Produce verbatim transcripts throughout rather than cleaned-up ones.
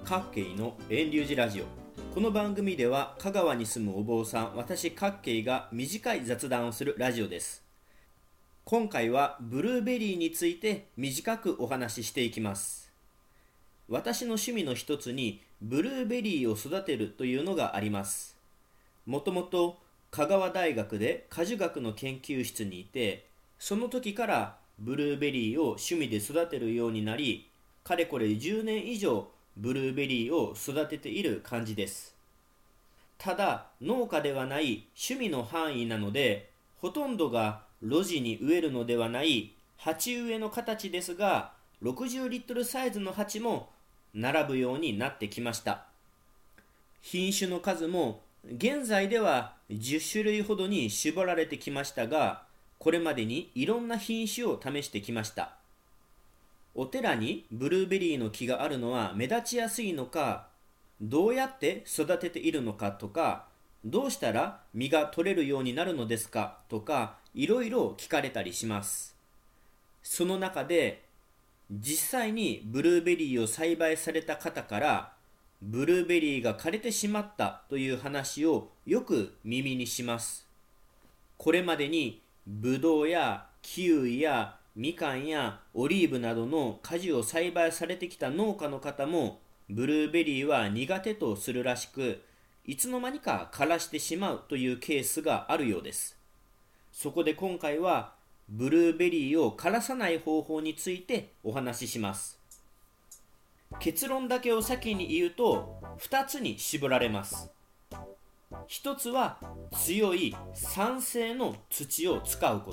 カッケイの遠流寺ラジオ。この番組では香川に住むお坊さん、私カッケイが短い雑談をするラジオです。今回はブルーベリーについて短くお話ししていきます。私の趣味の一つにブルーベリーを育てるというのがあります。もともと香川大学で果樹学の研究室にいて、その時からブルーベリーを趣味で育てるようになり、かれこれじゅうねん以上ブルーベリーを育てている感じです。ただ農家ではない趣味の範囲なので、ほとんどが路地に植えるのではない鉢植えの形ですが、ろくじゅうリットルサイズの鉢も並ぶようになってきました。品種の数も現在ではじゅっしゅるいほどに絞られてきましたが、これまでにいろんな品種を試してきました。お寺にブルーベリーの木があるのは目立ちやすいのか、どうやって育てているのかとか、どうしたら実が取れるようになるのですかとか、いろいろ聞かれたりします。その中で実際にブルーベリーを栽培された方から、ブルーベリーが枯れてしまったという話をよく耳にします。これまでにブドウやキウイやみかんやオリーブなどの果樹を栽培されてきた農家の方も、ブルーベリーは苦手とするらしく、いつの間にか枯らしてしまうというケースがあるようです。そこで今回はブルーベリーを枯らさない方法についてお話しします。結論だけを先に言うとふたつに絞られます。ひとつは強い酸性の土を使うこと、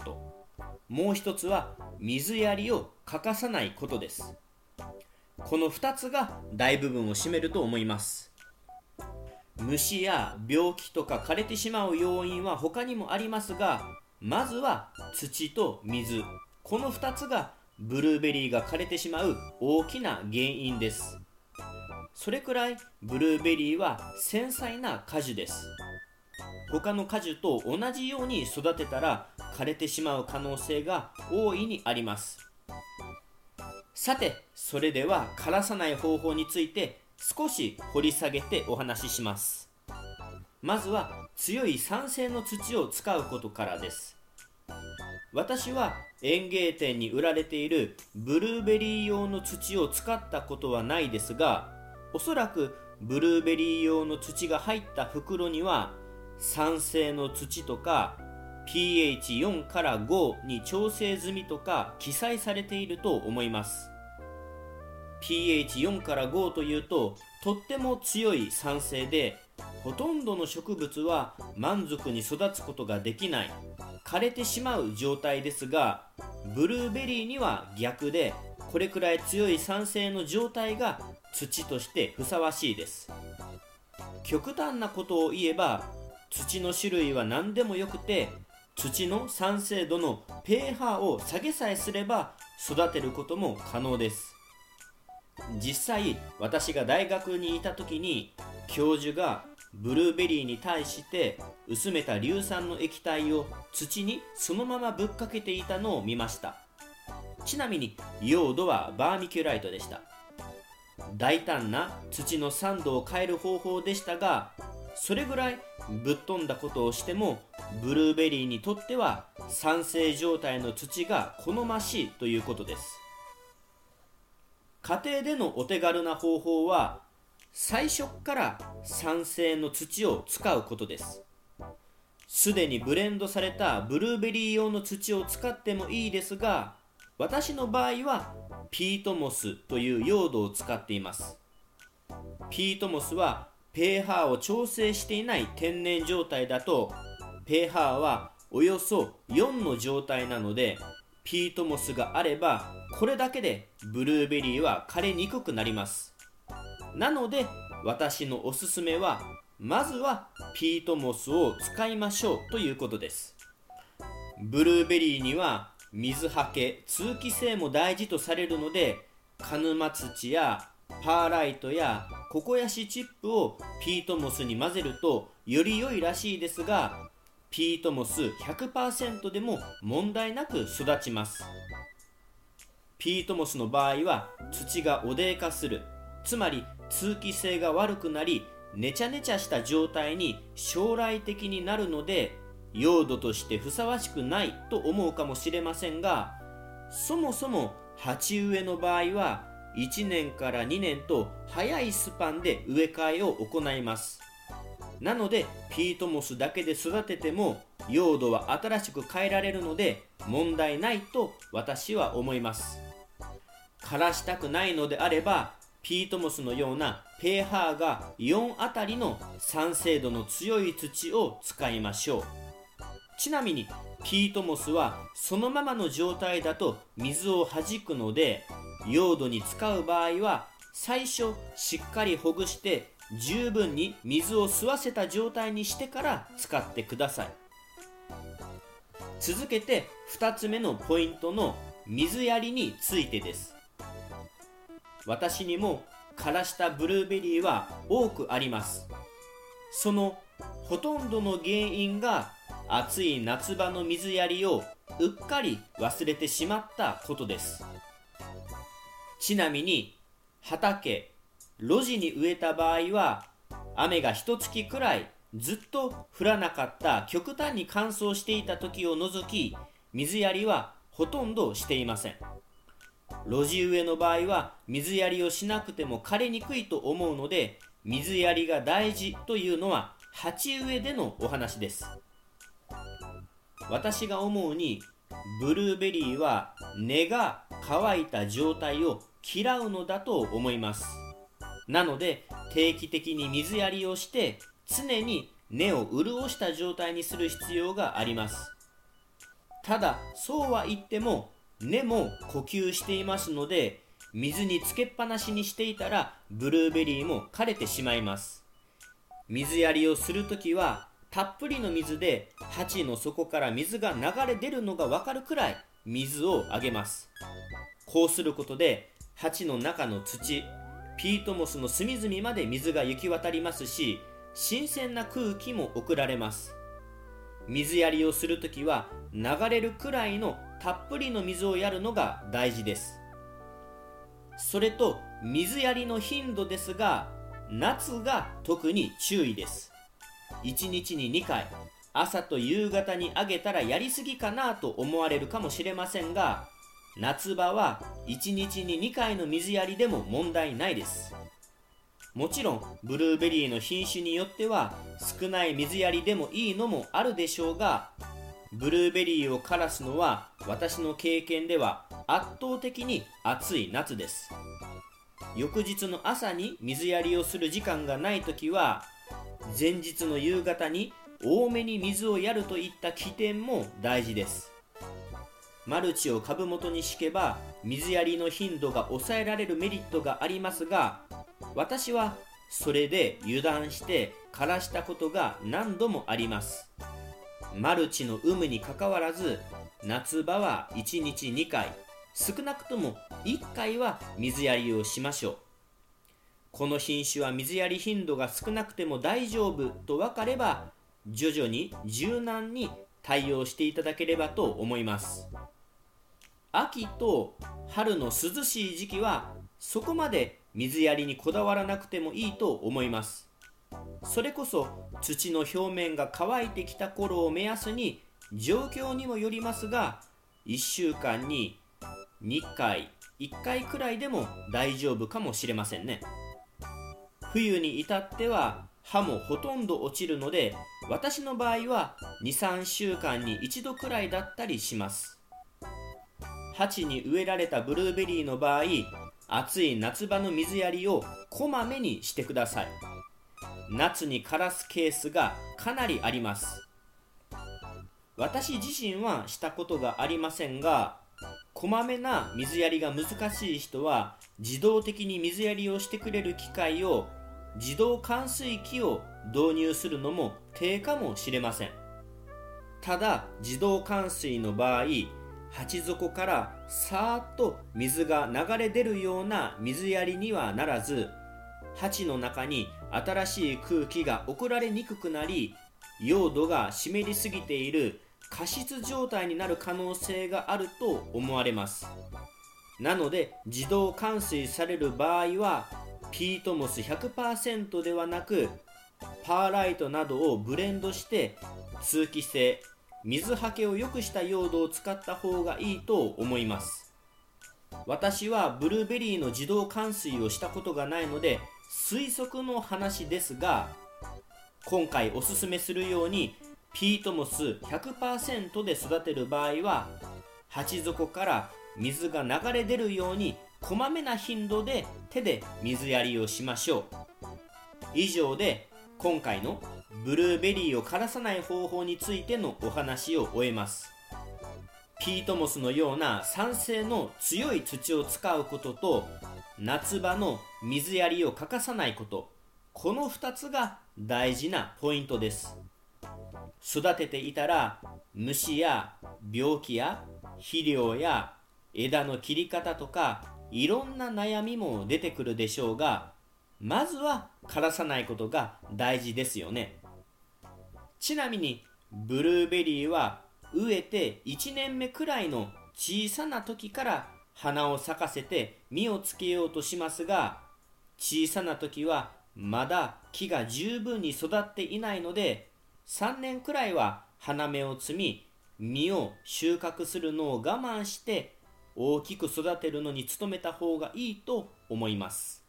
もう一つは水やりを欠かさないことです。このふたつが大部分を占めると思います。虫や病気とか枯れてしまう要因は他にもありますが、まずは土と水、このふたつがブルーベリーが枯れてしまう大きな原因です。それくらいブルーベリーは繊細な果樹です。他の果樹と同じように育てたら枯れてしまう可能性が大いにあります。さて、それでは枯らさない方法について少し掘り下げてお話しします。まずは強い酸性の土を使うことからです。私は園芸店に売られているブルーベリー用の土を使ったことはないですが、おそらくブルーベリー用の土が入った袋には酸性の土とか ピーエイチよん からごに調整済みとか記載されていると思います。ピーエイチよん からごというととっても強い酸性で、ほとんどの植物は満足に育つことができない、枯れてしまう状態ですが、ブルーベリーには逆で、これくらい強い酸性の状態が土としてふさわしいです。極端なことを言えば、土の種類は何でもよくて、土の酸性度の pH を下げさえすれば育てることも可能です。実際私が大学にいた時に、教授がブルーベリーに対して薄めた硫酸の液体を土にそのままぶっかけていたのを見ました。ちなみに用土はバーミキュライトでした。大胆な土の酸度を変える方法でしたが、それぐらいぶっ飛んだことをしてもブルーベリーにとっては酸性状態の土が好ましいということです。家庭でのお手軽な方法は、最初から酸性の土を使うことです。すでにブレンドされたブルーベリー用の土を使ってもいいですが、私の場合はピートモスという用土を使っています。ピートモスは pH を調整していない天然状態だと pH はおよそよんの状態なので、ピートモスがあればこれだけでブルーベリーは枯れにくくなります。なので私のおすすめは、まずはピートモスを使いましょうということです。ブルーベリーには水はけ、通気性も大事とされるので、鹿沼土やパーライトやココヤシチップをピートモスに混ぜるとより良いらしいですが、ピートモス ひゃくパーセント でも問題なく育ちます。ピートモスの場合は土が汚泥化する、つまり通気性が悪くなり、ネチャネチャした状態に将来的になるので、用土としてふさわしくないと思うかもしれませんが、そもそも鉢植えの場合はいちねんからにねんと早いスパンで植え替えを行います。なのでピートモスだけで育てても用土は新しく変えられるので問題ないと私は思います。枯らしたくないのであればピートモスのような pH がよんあたりの酸性度の強い土を使いましょう。ちなみにピートモスはそのままの状態だと水を弾くので、用土に使う場合は最初しっかりほぐして十分に水を吸わせた状態にしてから使ってください。続けてふたつめのポイントの水やりについてです。私にも枯らしたブルーベリーは多くあります。そのほとんどの原因が暑い夏場の水やりをうっかり忘れてしまったことです。ちなみに畑、路地に植えた場合は雨が一月くらいずっと降らなかった極端に乾燥していた時を除き、水やりはほとんどしていません。路地植えの場合は水やりをしなくても枯れにくいと思うので、水やりが大事というのは鉢植えでのお話です。私が思うにブルーベリーは根が乾いた状態を嫌うのだと思います。なので定期的に水やりをして常に根を潤した状態にする必要があります。ただそうは言っても根も呼吸していますので、水につけっぱなしにしていたらブルーベリーも枯れてしまいます。水やりをするときはたっぷりの水で鉢の底から水が流れ出るのがわかるくらい水をあげます。こうすることで鉢の中の土、ピートモスの隅々まで水が行き渡りますし、新鮮な空気も送られます。水やりをするときは流れるくらいのたっぷりの水をやるのが大事です。それと水やりの頻度ですが、夏が特に注意です。いちにちににかい、朝と夕方にあげたらやりすぎかなと思われるかもしれませんが、夏場はいちにちににかいの水やりでも問題ないです。もちろんブルーベリーの品種によっては少ない水やりでもいいのもあるでしょうが、ブルーベリーを枯らすのは私の経験では圧倒的に暑い夏です。翌日の朝に水やりをする時間がないときは、前日の夕方に多めに水をやるといった起点も大事です。マルチを株元に敷けば水やりの頻度が抑えられるメリットがありますが、私はそれで油断して枯らしたことが何度もあります。マルチの有無にかかわらず、夏場はいちにちにかい、少なくともいっかいは水やりをしましょう。この品種は水やり頻度が少なくても大丈夫と分かれば、徐々に柔軟に対応していただければと思います。秋と春の涼しい時期はそこまで水やりにこだわらなくてもいいと思います。それこそ土の表面が乾いてきた頃を目安に、状況にもよりますがいっしゅうかんににかい、いっかいくらいでも大丈夫かもしれませんね。冬に至っては葉もほとんど落ちるので、私の場合は にさんしゅうかんに一度くらいだったりします。鉢に植えられたブルーベリーの場合、暑い夏場の水やりをこまめにしてください。夏に枯らすケースがかなりあります。私自身はしたことがありませんが、こまめな水やりが難しい人は自動的に水やりをしてくれる機械を、自動換水器を導入するのも手かもしれません。ただ自動換水の場合、鉢底からさーっと水が流れ出るような水やりにはならず、鉢の中に新しい空気が送られにくくなり、用土が湿りすぎている過湿状態になる可能性があると思われます。なので自動換水される場合はピートモス ひゃくパーセント ではなくパーライトなどをブレンドして通気性、水はけを良くした用土を使った方がいいと思います。私はブルーベリーの自動灌水をしたことがないので推測の話ですが、今回おすすめするようにピートモス ひゃくパーセント で育てる場合は、鉢底から水が流れ出るようにこまめな頻度で手で水やりをしましょう。以上で今回のブルーベリーを枯らさない方法についてのお話を終えます。ピートモスのような酸性の強い土を使うことと、夏場の水やりを欠かさないこと、このふたつが大事なポイントです。育てていたら虫や病気や肥料や枝の切り方とかいろんな悩みも出てくるでしょうが、まずは枯らさないことが大事ですよね。ちなみにブルーベリーは植えていちねんめくらいの小さな時から花を咲かせて実をつけようとしますが、小さな時はまだ木が十分に育っていないので、さんねんくらいは花芽を摘み実を収穫するのを我慢して大きく育てるのに努めた方がいいと思います。